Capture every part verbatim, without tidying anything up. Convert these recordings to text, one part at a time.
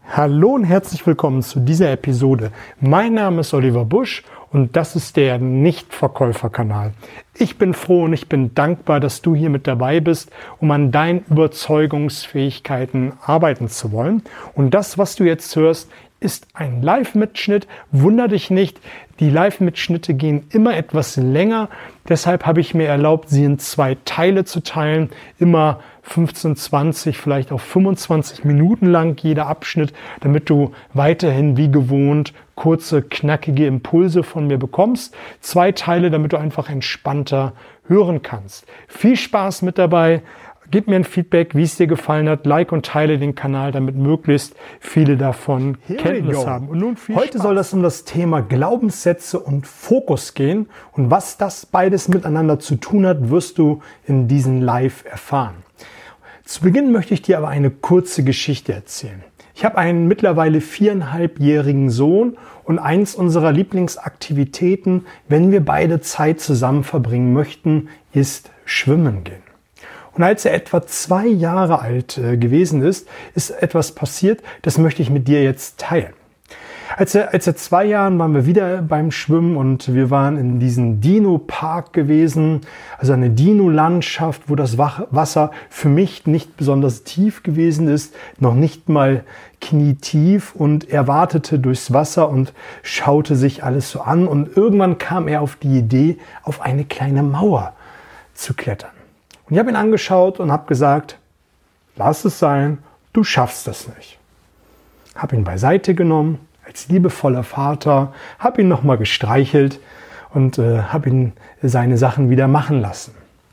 Hallo und herzlich willkommen zu dieser Episode. Mein Name ist Oliver Busch und das ist der Nichtverkäufer-Kanal. Ich bin froh und ich bin dankbar, dass du hier mit dabei bist, um an deinen Überzeugungsfähigkeiten arbeiten zu wollen. Und das, was du jetzt hörst, ist ein Live-Mitschnitt. Wunder dich nicht, die Live-Mitschnitte gehen immer etwas länger. Deshalb habe ich mir erlaubt, sie in zwei Teile zu teilen. Immer fünfzehn, zwanzig, vielleicht auch fünfundzwanzig Minuten lang jeder Abschnitt, damit du weiterhin wie gewohnt kurze, knackige Impulse von mir bekommst. Zwei Teile, damit du einfach entspannter hören kannst. Viel Spaß mit dabei. Gib mir ein Feedback, wie es dir gefallen hat. Like und teile den Kanal, damit möglichst viele davon Kenntnis haben. Und nun viel Heute Spaß. Soll es um das Thema Glaubenssätze und Fokus gehen. Und was das beides miteinander zu tun hat, wirst du in diesem Live erfahren. Zu Beginn möchte ich dir aber eine kurze Geschichte erzählen. Ich habe einen mittlerweile viereinhalbjährigen Sohn und eins unserer Lieblingsaktivitäten, wenn wir beide Zeit zusammen verbringen möchten, ist Schwimmen gehen. Und als er etwa zwei Jahre alt äh, gewesen ist, ist etwas passiert, das möchte ich mit dir jetzt teilen. Als er, als er zwei Jahren waren wir wieder beim Schwimmen und wir waren in diesem Dino-Park gewesen, also eine Dino-Landschaft, wo das Wasser für mich nicht besonders tief gewesen ist, noch nicht mal knietief, und er wartete durchs Wasser und schaute sich alles so an und irgendwann kam er auf die Idee, auf eine kleine Mauer zu klettern. Und ich habe ihn angeschaut und habe gesagt, lass es sein, du schaffst das nicht. Habe ihn beiseite genommen, als liebevoller Vater, habe ihn nochmal gestreichelt und äh, habe ihn seine Sachen wieder machen lassen.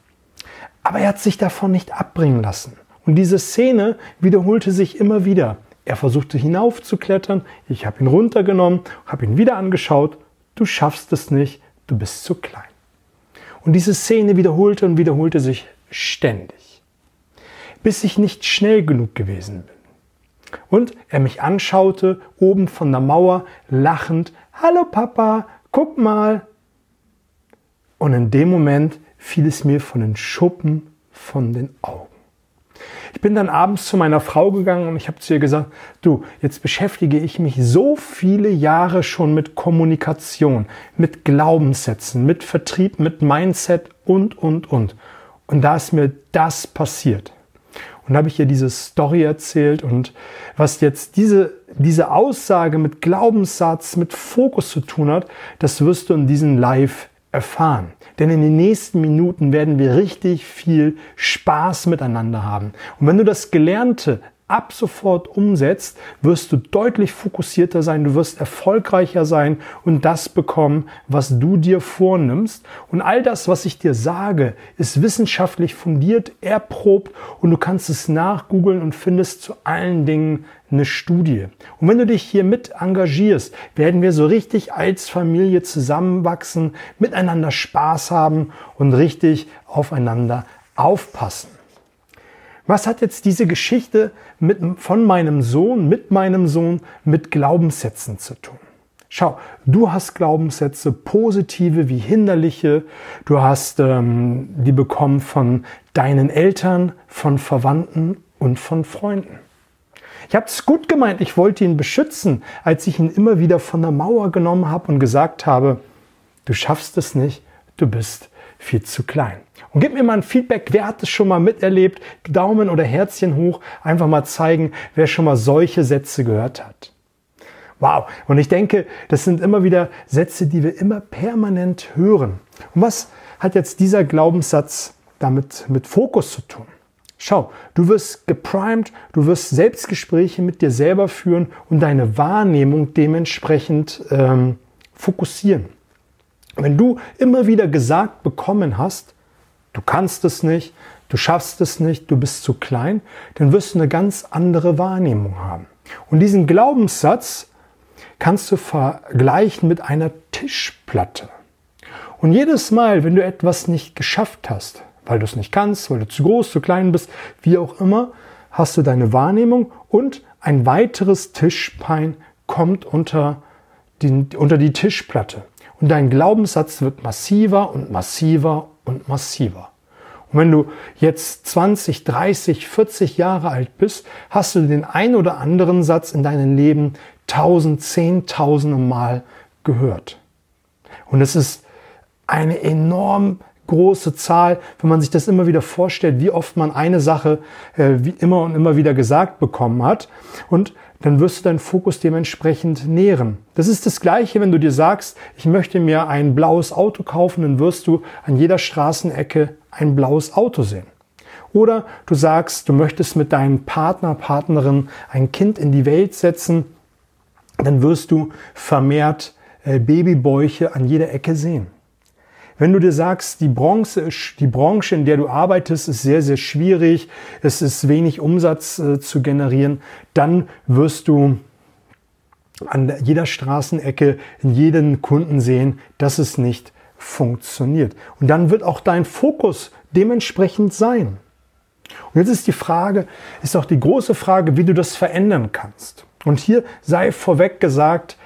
Aber er hat sich davon nicht abbringen lassen. Und diese Szene wiederholte sich immer wieder. Er versuchte hinaufzuklettern, ich habe ihn runtergenommen, habe ihn wieder angeschaut, du schaffst es nicht, du bist zu klein. Und diese Szene wiederholte und wiederholte sich ständig, bis ich nicht schnell genug gewesen bin. Und er mich anschaute, oben von der Mauer, lachend, hallo Papa, guck mal. Und in dem Moment fiel es mir von den Schuppen von den Augen. Ich bin dann abends zu meiner Frau gegangen und ich habe zu ihr gesagt, du, jetzt beschäftige ich mich so viele Jahre schon mit Kommunikation, mit Glaubenssätzen, mit Vertrieb, mit Mindset und, und, und. Und da ist mir das passiert. Und da habe ich ihr diese Story erzählt und was jetzt diese, diese Aussage mit Glaubenssatz, mit Fokus zu tun hat, das wirst du in diesem Live erfahren. Denn in den nächsten Minuten werden wir richtig viel Spaß miteinander haben. Und wenn du das Gelernte ab sofort umsetzt, wirst du deutlich fokussierter sein, du wirst erfolgreicher sein und das bekommen, was du dir vornimmst. Und all das, was ich dir sage, ist wissenschaftlich fundiert, erprobt und du kannst es nachgoogeln und findest zu allen Dingen eine Studie. Und wenn du dich hier mit engagierst, werden wir so richtig als Familie zusammenwachsen, miteinander Spaß haben und richtig aufeinander aufpassen. Was hat jetzt diese Geschichte mit, von meinem Sohn, mit meinem Sohn, mit Glaubenssätzen zu tun? Schau, du hast Glaubenssätze, positive wie hinderliche. Du hast ähm, die bekommen von deinen Eltern, von Verwandten und von Freunden. Ich habe es gut gemeint, ich wollte ihn beschützen, als ich ihn immer wieder von der Mauer genommen habe und gesagt habe, du schaffst es nicht, du bist viel zu klein. Und gib mir mal ein Feedback, wer hat es schon mal miterlebt? Daumen oder Herzchen hoch, einfach mal zeigen, wer schon mal solche Sätze gehört hat. Wow, und ich denke, das sind immer wieder Sätze, die wir immer permanent hören. Und was hat jetzt dieser Glaubenssatz damit mit Fokus zu tun? Schau, du wirst geprimed, du wirst Selbstgespräche mit dir selber führen und deine Wahrnehmung dementsprechend ähm, fokussieren. Wenn du immer wieder gesagt bekommen hast, du kannst es nicht, du schaffst es nicht, du bist zu klein, dann wirst du eine ganz andere Wahrnehmung haben. Und diesen Glaubenssatz kannst du vergleichen mit einer Tischplatte. Und jedes Mal, wenn du etwas nicht geschafft hast, weil du es nicht kannst, weil du zu groß, zu klein bist, wie auch immer, hast du deine Wahrnehmung und ein weiteres Tischbein kommt unter die, unter die Tischplatte. Und dein Glaubenssatz wird massiver und massiver und massiver. Und wenn du jetzt zwanzig, dreißig, vierzig Jahre alt bist, hast du den ein oder anderen Satz in deinem Leben tausend, zehntausende Mal gehört. Und es ist eine enorm große Zahl, wenn man sich das immer wieder vorstellt, wie oft man eine Sache äh, wie immer und immer wieder gesagt bekommen hat. Und dann wirst du deinen Fokus dementsprechend nähren. Das ist das Gleiche, wenn du dir sagst, ich möchte mir ein blaues Auto kaufen, dann wirst du an jeder Straßenecke ein blaues Auto sehen. Oder du sagst, du möchtest mit deinem Partner, Partnerin ein Kind in die Welt setzen, dann wirst du vermehrt äh, Babybäuche an jeder Ecke sehen. Wenn du dir sagst, die Branche, die Branche, in der du arbeitest, ist sehr, sehr schwierig, es ist wenig Umsatz äh, zu generieren, dann wirst du an jeder Straßenecke in jedem Kunden sehen, dass es nicht funktioniert. Und dann wird auch dein Fokus dementsprechend sein. Und jetzt ist die Frage, ist auch die große Frage, wie du das verändern kannst. Und hier sei vorweg gesagt,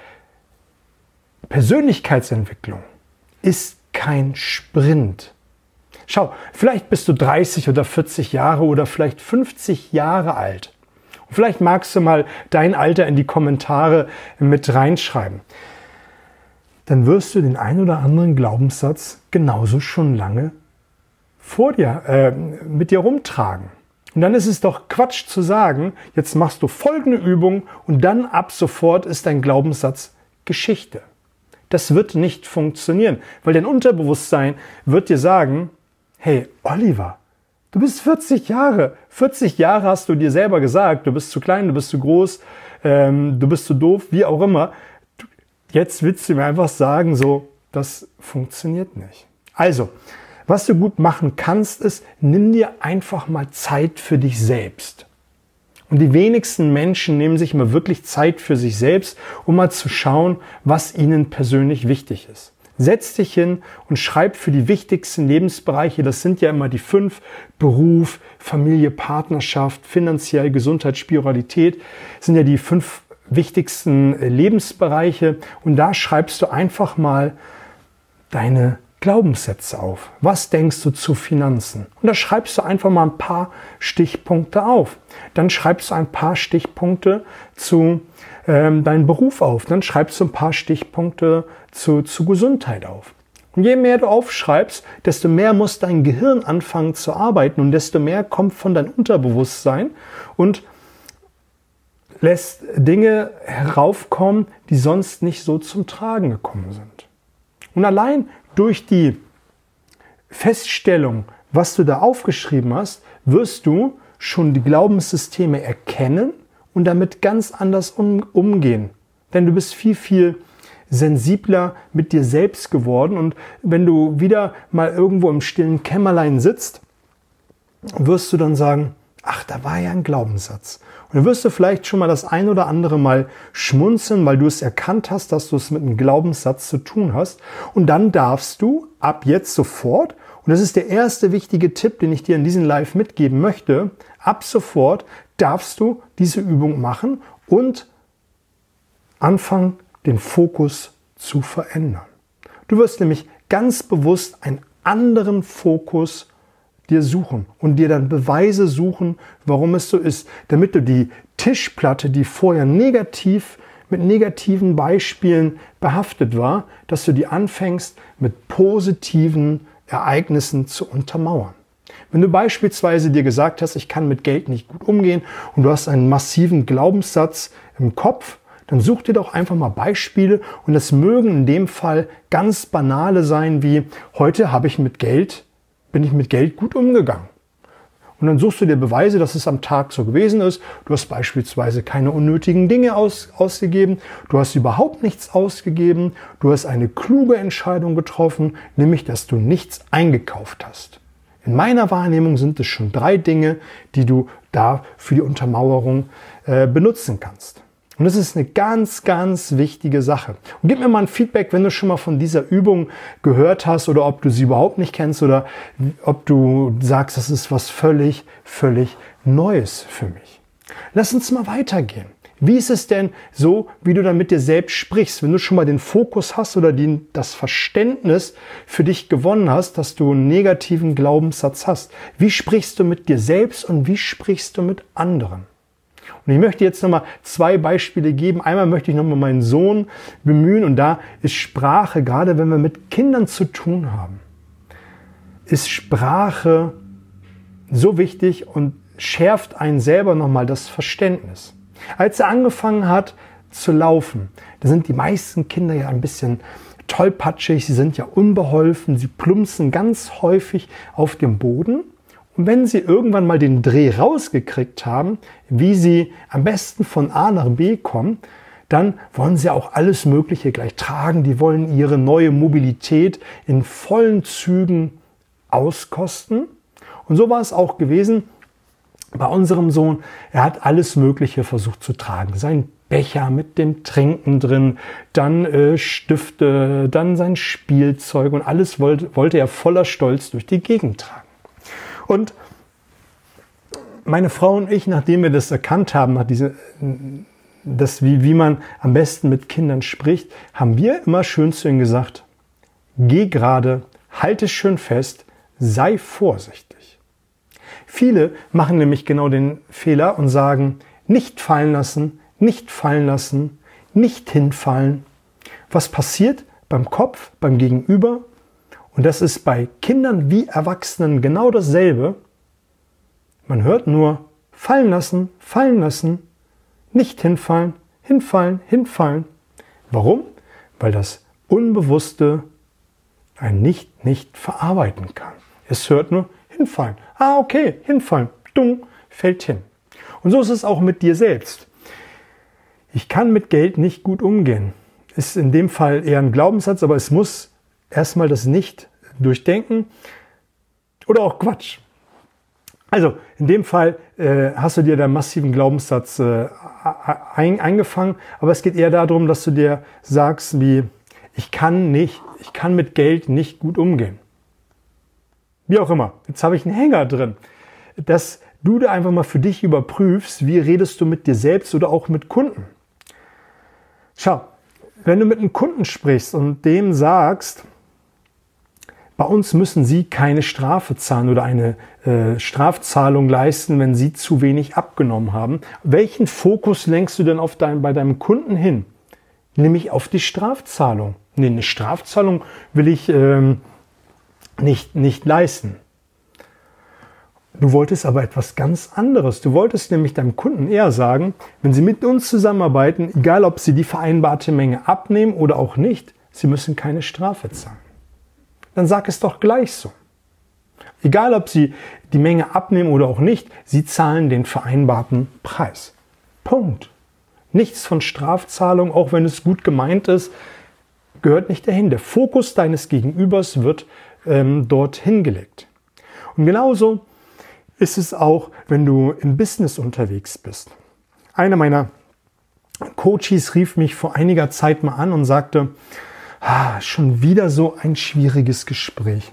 Persönlichkeitsentwicklung ist kein Sprint. Schau, vielleicht bist du dreißig oder vierzig Jahre oder vielleicht fünfzig Jahre alt. Und vielleicht magst du mal dein Alter in die Kommentare mit reinschreiben. Dann wirst du den ein oder anderen Glaubenssatz genauso schon lange vor dir, äh, mit dir rumtragen. Und dann ist es doch Quatsch zu sagen, jetzt machst du folgende Übung und dann ab sofort ist dein Glaubenssatz Geschichte. Das wird nicht funktionieren, weil dein Unterbewusstsein wird dir sagen, hey Oliver, du bist vierzig Jahre. vierzig Jahre hast du dir selber gesagt, du bist zu klein, du bist zu groß, ähm, du bist zu doof, wie auch immer. Jetzt willst du mir einfach sagen, so, das funktioniert nicht. Also, was du gut machen kannst, ist, nimm dir einfach mal Zeit für dich selbst. Und die wenigsten Menschen nehmen sich mal wirklich Zeit für sich selbst, um mal zu schauen, was ihnen persönlich wichtig ist. Setz dich hin und schreib für die wichtigsten Lebensbereiche, das sind ja immer die fünf, Beruf, Familie, Partnerschaft, finanziell, Gesundheit, Spiritualität, sind ja die fünf wichtigsten Lebensbereiche. Und da schreibst du einfach mal deine Glaubenssätze auf. Was denkst du zu Finanzen? Und da schreibst du einfach mal ein paar Stichpunkte auf. Dann schreibst du ein paar Stichpunkte zu ähm, deinem Beruf auf. Dann schreibst du ein paar Stichpunkte zu, zu Gesundheit auf. Und je mehr du aufschreibst, desto mehr muss dein Gehirn anfangen zu arbeiten und desto mehr kommt von deinem Unterbewusstsein und lässt Dinge heraufkommen, die sonst nicht so zum Tragen gekommen sind. Und allein durch die Feststellung, was du da aufgeschrieben hast, wirst du schon die Glaubenssysteme erkennen und damit ganz anders um, umgehen. Denn du bist viel, viel sensibler mit dir selbst geworden. Und wenn du wieder mal irgendwo im stillen Kämmerlein sitzt, wirst du dann sagen, ach, da war ja ein Glaubenssatz. Und dann wirst du vielleicht schon mal das ein oder andere Mal schmunzeln, weil du es erkannt hast, dass du es mit einem Glaubenssatz zu tun hast. Und dann darfst du ab jetzt sofort, und das ist der erste wichtige Tipp, den ich dir in diesem Live mitgeben möchte, ab sofort darfst du diese Übung machen und anfangen, den Fokus zu verändern. Du wirst nämlich ganz bewusst einen anderen Fokus dir suchen und dir dann Beweise suchen, warum es so ist, damit du die Tischplatte, die vorher negativ mit negativen Beispielen behaftet war, dass du die anfängst mit positiven Ereignissen zu untermauern. Wenn du beispielsweise dir gesagt hast, ich kann mit Geld nicht gut umgehen und du hast einen massiven Glaubenssatz im Kopf, dann such dir doch einfach mal Beispiele und es mögen in dem Fall ganz banale sein wie, heute habe ich mit Geld bin ich mit Geld gut umgegangen. Und dann suchst du dir Beweise, dass es am Tag so gewesen ist. Du hast beispielsweise keine unnötigen Dinge aus, ausgegeben. Du hast überhaupt nichts ausgegeben. Du hast eine kluge Entscheidung getroffen, nämlich, dass du nichts eingekauft hast. In meiner Wahrnehmung sind es schon drei Dinge, die du da für die Untermauerung äh, benutzen kannst. Und das ist eine ganz, ganz wichtige Sache. Und gib mir mal ein Feedback, wenn du schon mal von dieser Übung gehört hast oder ob du sie überhaupt nicht kennst oder ob du sagst, das ist was völlig, völlig Neues für mich. Lass uns mal weitergehen. Wie ist es denn so, wie du dann mit dir selbst sprichst, wenn du schon mal den Fokus hast oder die, das Verständnis für dich gewonnen hast, dass du einen negativen Glaubenssatz hast? Wie sprichst du mit dir selbst und wie sprichst du mit anderen? Und ich möchte jetzt nochmal zwei Beispiele geben. Einmal möchte ich nochmal meinen Sohn bemühen und da ist Sprache, gerade wenn wir mit Kindern zu tun haben, ist Sprache so wichtig und schärft einen selber nochmal das Verständnis. Als er angefangen hat zu laufen, da sind die meisten Kinder ja ein bisschen tollpatschig, sie sind ja unbeholfen, sie plumpsen ganz häufig auf dem Boden. Und wenn sie irgendwann mal den Dreh rausgekriegt haben, wie sie am besten von A nach B kommen, dann wollen sie auch alles Mögliche gleich tragen. Die wollen ihre neue Mobilität in vollen Zügen auskosten. Und so war es auch gewesen bei unserem Sohn. Er hat alles Mögliche versucht zu tragen. Sein Becher mit dem Trinken drin, dann äh, Stifte, dann sein Spielzeug und alles wollte, wollte er voller Stolz durch die Gegend tragen. Und meine Frau und ich, nachdem wir das erkannt haben, nach diese, das, wie, wie man am besten mit Kindern spricht, haben wir immer schön zu ihnen gesagt, geh gerade, halt es schön fest, sei vorsichtig. Viele machen nämlich genau den Fehler und sagen, nicht fallen lassen, nicht fallen lassen, nicht hinfallen. Was passiert beim Kopf, beim Gegenüber? Und das ist bei Kindern wie Erwachsenen genau dasselbe. Man hört nur fallen lassen, fallen lassen, nicht hinfallen, hinfallen, hinfallen. Warum? Weil das Unbewusste ein Nicht nicht verarbeiten kann. Es hört nur hinfallen. Ah, okay, hinfallen. Dumm, fällt hin. Und so ist es auch mit dir selbst. Ich kann mit Geld nicht gut umgehen. Ist in dem Fall eher ein Glaubenssatz, aber es muss erstmal das Nicht durchdenken oder auch Quatsch. Also in dem Fall äh, hast du dir den massiven Glaubenssatz äh, ein, eingefangen, aber es geht eher darum, dass du dir sagst, wie ich kann nicht, ich kann mit Geld nicht gut umgehen. Wie auch immer. Jetzt habe ich einen Hänger drin, dass du da einfach mal für dich überprüfst, wie redest du mit dir selbst oder auch mit Kunden. Schau, wenn du mit einem Kunden sprichst und dem sagst, bei uns müssen Sie keine Strafe zahlen oder eine äh, Strafzahlung leisten, wenn Sie zu wenig abgenommen haben. Welchen Fokus lenkst du denn auf dein, bei deinem Kunden hin? Nämlich auf die Strafzahlung. Nee, eine Strafzahlung will ich ähm, nicht, nicht leisten. Du wolltest aber etwas ganz anderes. Du wolltest nämlich deinem Kunden eher sagen, wenn Sie mit uns zusammenarbeiten, egal ob Sie die vereinbarte Menge abnehmen oder auch nicht, Sie müssen keine Strafe zahlen. Dann sag es doch gleich so. Egal, ob Sie die Menge abnehmen oder auch nicht, Sie zahlen den vereinbarten Preis. Punkt. Nichts von Strafzahlung, auch wenn es gut gemeint ist, gehört nicht dahin. Der Fokus deines Gegenübers wird ähm, dorthin gelegt. Und genauso ist es auch, wenn du im Business unterwegs bist. Einer meiner Coaches rief mich vor einiger Zeit mal an und sagte, ah, schon wieder so ein schwieriges Gespräch.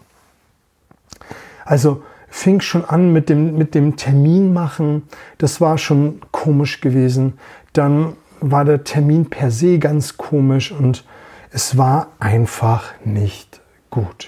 Also fing schon an mit dem, mit dem Termin machen. Das war schon komisch gewesen. Dann war der Termin per se ganz komisch und es war einfach nicht gut.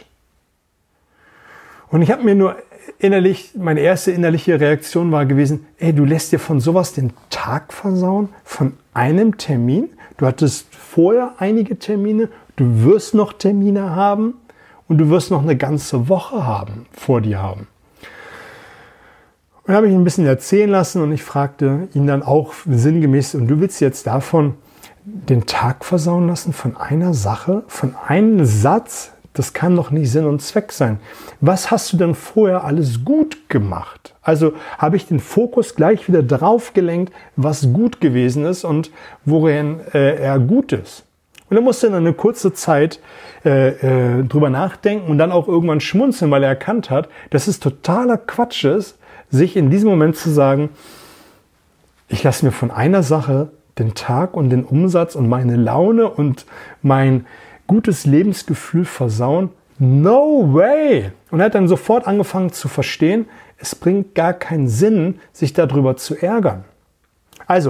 Und ich habe mir nur innerlich, meine erste innerliche Reaktion war gewesen, ey, du lässt dir von sowas den Tag versauen? Von einem Termin? Du hattest vorher einige Termine, du wirst noch Termine haben und du wirst noch eine ganze Woche haben, vor dir haben. Und dann habe ich ihn ein bisschen erzählen lassen und ich fragte ihn dann auch sinngemäß, und du willst jetzt davon den Tag versauen lassen, von einer Sache, von einem Satz? Das kann doch nicht Sinn und Zweck sein. Was hast du denn vorher alles gut gemacht? Also habe ich den Fokus gleich wieder drauf gelenkt, was gut gewesen ist und worin äh, er gut ist. Und er musste dann eine kurze Zeit äh, äh, drüber nachdenken und dann auch irgendwann schmunzeln, weil er erkannt hat, dass es totaler Quatsch ist, sich in diesem Moment zu sagen, ich lasse mir von einer Sache den Tag und den Umsatz und meine Laune und mein gutes Lebensgefühl versauen. No way! Und er hat dann sofort angefangen zu verstehen, es bringt gar keinen Sinn, sich darüber zu ärgern. Also,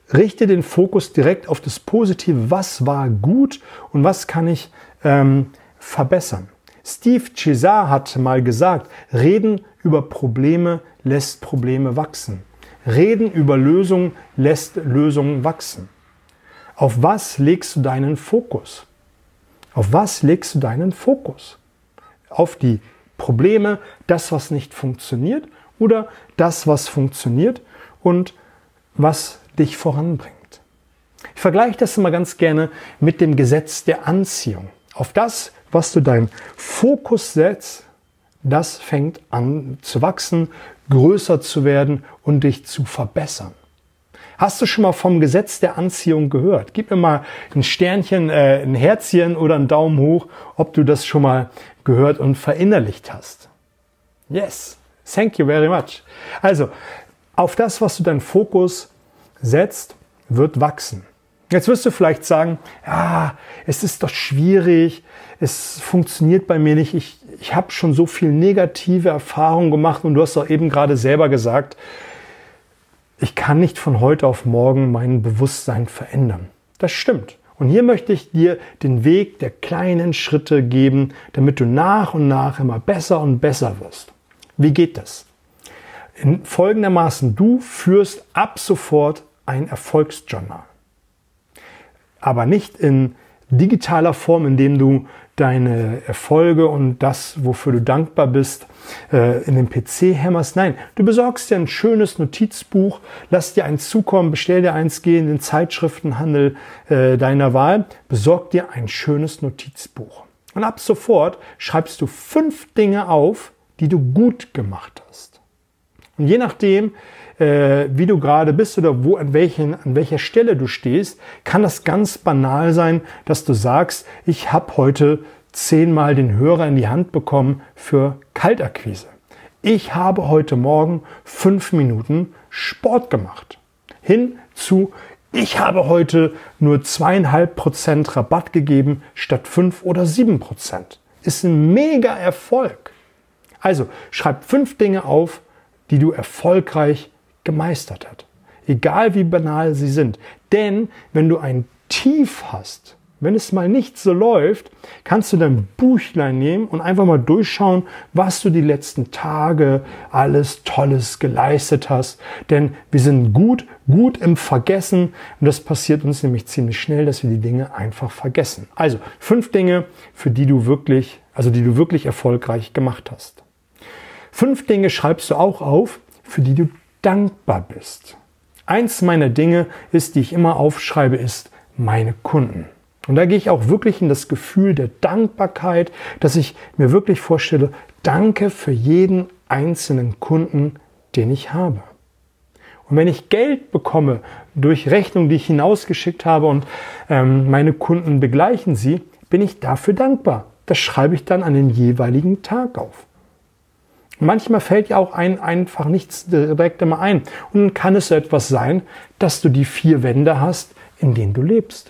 richte den Fokus direkt auf das Positive. Was war gut und was kann ich ähm, verbessern? Steve Cesar hat mal gesagt, reden über Probleme lässt Probleme wachsen. Reden über Lösungen lässt Lösungen wachsen. Auf was legst du deinen Fokus? Auf was legst du deinen Fokus? Auf die Probleme, das, was nicht funktioniert, oder das, was funktioniert und was dich voranbringt? Ich vergleiche das immer ganz gerne mit dem Gesetz der Anziehung. Auf das, was du deinen Fokus setzt, das fängt an zu wachsen, größer zu werden und dich zu verbessern. Hast du schon mal vom Gesetz der Anziehung gehört? Gib mir mal ein Sternchen, äh, ein Herzchen oder einen Daumen hoch, ob du das schon mal gehört und verinnerlicht hast. Yes, thank you very much. Also, auf das, was du deinen Fokus setzt, wird wachsen. Jetzt wirst du vielleicht sagen, ja, es ist doch schwierig, es funktioniert bei mir nicht, ich, ich habe schon so viel negative Erfahrungen gemacht und du hast doch eben gerade selber gesagt, ich kann nicht von heute auf morgen mein Bewusstsein verändern. Das stimmt. Und hier möchte ich dir den Weg der kleinen Schritte geben, damit du nach und nach immer besser und besser wirst. Wie geht das? In folgendermaßen, du führst ab sofort ein Erfolgsjournal. Aber nicht in digitaler Form, indem du deine Erfolge und das, wofür du dankbar bist, in den P C hämmerst. Nein, du besorgst dir ein schönes Notizbuch, lass dir eins zukommen, bestell dir eins, geh in den Zeitschriftenhandel deiner Wahl, besorg dir ein schönes Notizbuch. Und ab sofort schreibst du fünf Dinge auf, die du gut gemacht hast. Und je nachdem, äh, wie du gerade bist oder wo, an, welchen, an welcher Stelle du stehst, kann das ganz banal sein, dass du sagst, ich habe heute zehnmal den Hörer in die Hand bekommen für Kaltakquise. Ich habe heute Morgen fünf Minuten Sport gemacht. Hin zu, ich habe heute nur zweieinhalb Prozent Rabatt gegeben statt fünf oder sieben Prozent. Ist ein mega Erfolg. Also schreib fünf Dinge auf, die du erfolgreich gemeistert hast. Egal wie banal sie sind. Denn wenn du ein Tief hast, wenn es mal nicht so läuft, kannst du dein Buchlein nehmen und einfach mal durchschauen, was du die letzten Tage alles Tolles geleistet hast. Denn wir sind gut, gut im Vergessen und das passiert uns nämlich ziemlich schnell, dass wir die Dinge einfach vergessen. Also fünf Dinge, für die du wirklich, also die du wirklich erfolgreich gemacht hast. Fünf Dinge schreibst du auch auf, für die du dankbar bist. Eins meiner Dinge ist, die ich immer aufschreibe, ist meine Kunden. Und da gehe ich auch wirklich in das Gefühl der Dankbarkeit, dass ich mir wirklich vorstelle, danke für jeden einzelnen Kunden, den ich habe. Und wenn ich Geld bekomme durch Rechnung, die ich hinausgeschickt habe und ähm, meine Kunden begleichen sie, bin ich dafür dankbar. Das schreibe ich dann an den jeweiligen Tag auf. Manchmal fällt ja auch ein, einfach nichts direkt immer ein. Und dann kann es so etwas sein, dass du die vier Wände hast, in denen du lebst.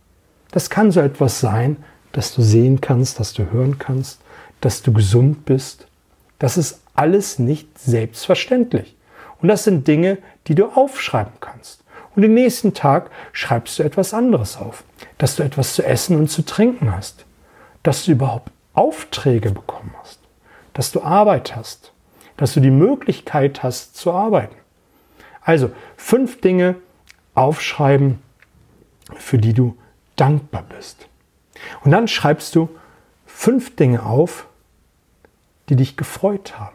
Das kann so etwas sein, dass du sehen kannst, dass du hören kannst, dass du gesund bist. Das ist alles nicht selbstverständlich. Und das sind Dinge, die du aufschreiben kannst. Und den nächsten Tag schreibst du etwas anderes auf. Dass du etwas zu essen und zu trinken hast. Dass du überhaupt Aufträge bekommen hast. Dass du Arbeit hast, dass du die Möglichkeit hast zu arbeiten. Also fünf Dinge aufschreiben, für die du dankbar bist. Und dann schreibst du fünf Dinge auf, die dich gefreut haben.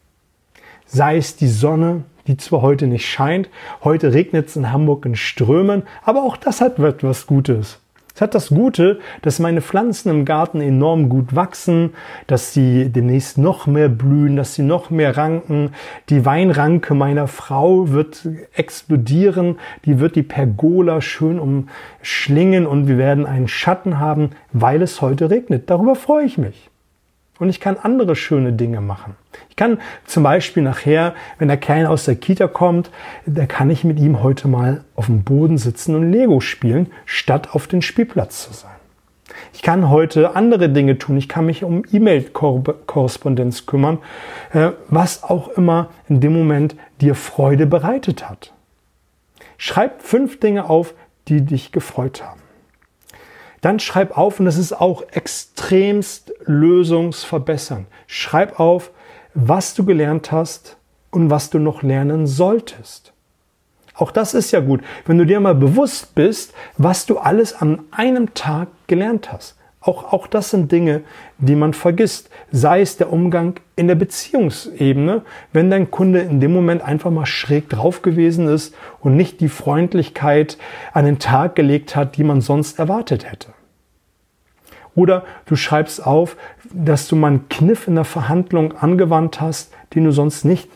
Sei es die Sonne, die zwar heute nicht scheint, heute regnet es in Hamburg in Strömen, aber auch das hat etwas Gutes. Es hat das Gute, dass meine Pflanzen im Garten enorm gut wachsen, dass sie demnächst noch mehr blühen, dass sie noch mehr ranken. Die Weinranke meiner Frau wird explodieren, die wird die Pergola schön umschlingen und wir werden einen Schatten haben, weil es heute regnet. Darüber freue ich mich. Und ich kann andere schöne Dinge machen. Ich kann zum Beispiel nachher, wenn der Kleine aus der Kita kommt, da kann ich mit ihm heute mal auf dem Boden sitzen und Lego spielen, statt auf den Spielplatz zu sein. Ich kann heute andere Dinge tun. Ich kann mich um E-Mail-Korrespondenz kümmern, was auch immer in dem Moment dir Freude bereitet hat. Schreib fünf Dinge auf, die dich gefreut haben. Dann schreib auf, und das ist auch extremst lösungsverbessernd, schreib auf, was du gelernt hast und was du noch lernen solltest. Auch das ist ja gut, wenn du dir mal bewusst bist, was du alles an einem Tag gelernt hast. Auch, auch das sind Dinge, die man vergisst. Sei es der Umgang in der Beziehungsebene, wenn dein Kunde in dem Moment einfach mal schräg drauf gewesen ist und nicht die Freundlichkeit an den Tag gelegt hat, die man sonst erwartet hätte. Oder du schreibst auf, dass du mal einen Kniff in der Verhandlung angewandt hast, den du sonst nicht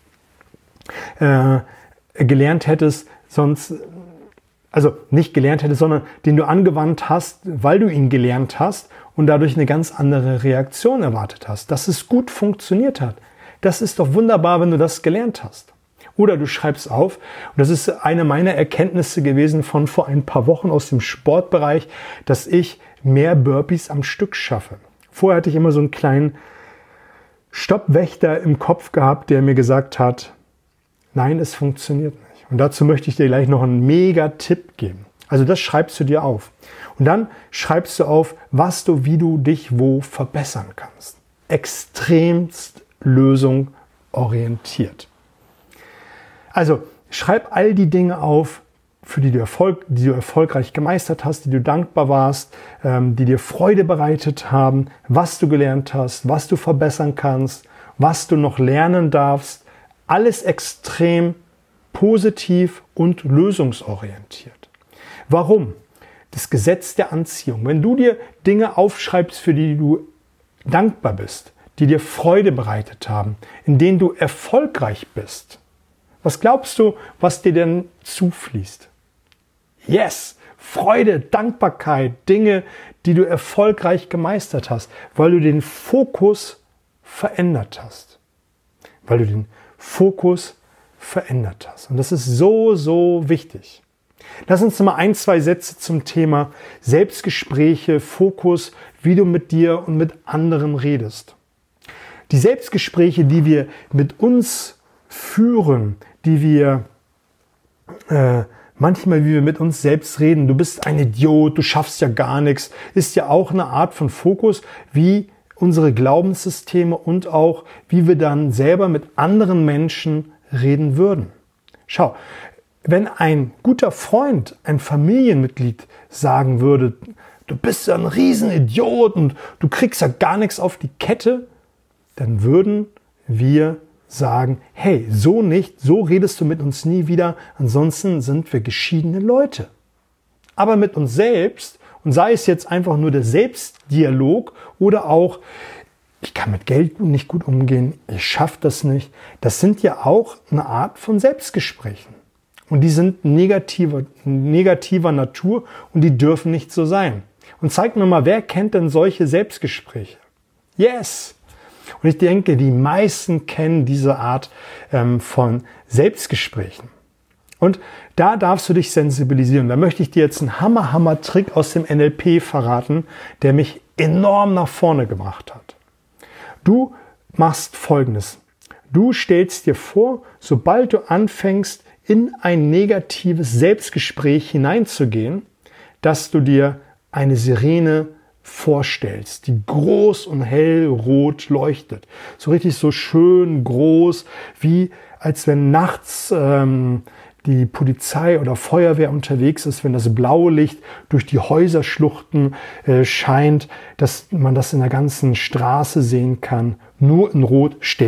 äh, gelernt hättest, sonst Also nicht gelernt hättest, sondern den du angewandt hast, weil du ihn gelernt hast und dadurch eine ganz andere Reaktion erwartet hast, dass es gut funktioniert hat. Das ist doch wunderbar, wenn du das gelernt hast. Oder du schreibst auf, und das ist eine meiner Erkenntnisse gewesen von vor ein paar Wochen aus dem Sportbereich, dass ich mehr Burpees am Stück schaffe. Vorher hatte ich immer so einen kleinen Stoppwächter im Kopf gehabt, der mir gesagt hat, nein, es funktioniert nicht. Und dazu möchte ich dir gleich noch einen Mega-Tipp geben. Also das schreibst du dir auf. Und dann schreibst du auf, was du, wie du dich wo verbessern kannst. Extremst lösungsorientiert. Also schreib all die Dinge auf, für die du, Erfolg, die du erfolgreich gemeistert hast, die du dankbar warst, ähm, die dir Freude bereitet haben, was du gelernt hast, was du verbessern kannst, was du noch lernen darfst. Alles extrem positiv und lösungsorientiert. Warum? Das Gesetz der Anziehung. Wenn du dir Dinge aufschreibst, für die du dankbar bist, die dir Freude bereitet haben, in denen du erfolgreich bist, was glaubst du, was dir denn zufließt? Yes! Freude, Dankbarkeit, Dinge, die du erfolgreich gemeistert hast, weil du den Fokus verändert hast. Weil du den Fokus verändert hast. Und das ist so, so wichtig. Lass uns mal ein, zwei Sätze zum Thema Selbstgespräche, Fokus, wie du mit dir und mit anderen redest. Die Selbstgespräche, die wir mit uns führen, die wir äh, manchmal, wie wir mit uns selbst reden, du bist ein Idiot, du schaffst ja gar nichts, ist ja auch eine Art von Fokus, wie unsere Glaubenssysteme und auch, wie wir dann selber mit anderen Menschen reden würden. Schau, wenn ein guter Freund, ein Familienmitglied sagen würde, du bist ja ein Riesenidiot und du kriegst ja gar nichts auf die Kette, dann würden wir sagen, hey, so nicht, so redest du mit uns nie wieder, ansonsten sind wir geschiedene Leute. Aber mit uns selbst, und sei es jetzt einfach nur der Selbstdialog oder auch, ich kann mit Geld nicht gut umgehen, ich schaffe das nicht, das sind ja auch eine Art von Selbstgesprächen. Und die sind negativer, negativer Natur und die dürfen nicht so sein. Und zeig mir mal, wer kennt denn solche Selbstgespräche? Yes! Und ich denke, die meisten kennen diese Art ähm, von Selbstgesprächen. Und da darfst du dich sensibilisieren. Da möchte ich dir jetzt einen Hammer, Hammer Trick aus dem N L P verraten, der mich enorm nach vorne gebracht hat. Du machst Folgendes. Du stellst dir vor, sobald du anfängst, in ein negatives Selbstgespräch hineinzugehen, dass du dir eine Sirene vorstellst, die groß und hellrot leuchtet. So richtig so schön groß, wie als wenn nachts ähm, die Polizei oder Feuerwehr unterwegs ist, wenn das blaue Licht durch die Häuserschluchten äh, scheint, dass man das in der ganzen Straße sehen kann. Nur in Rot. Stell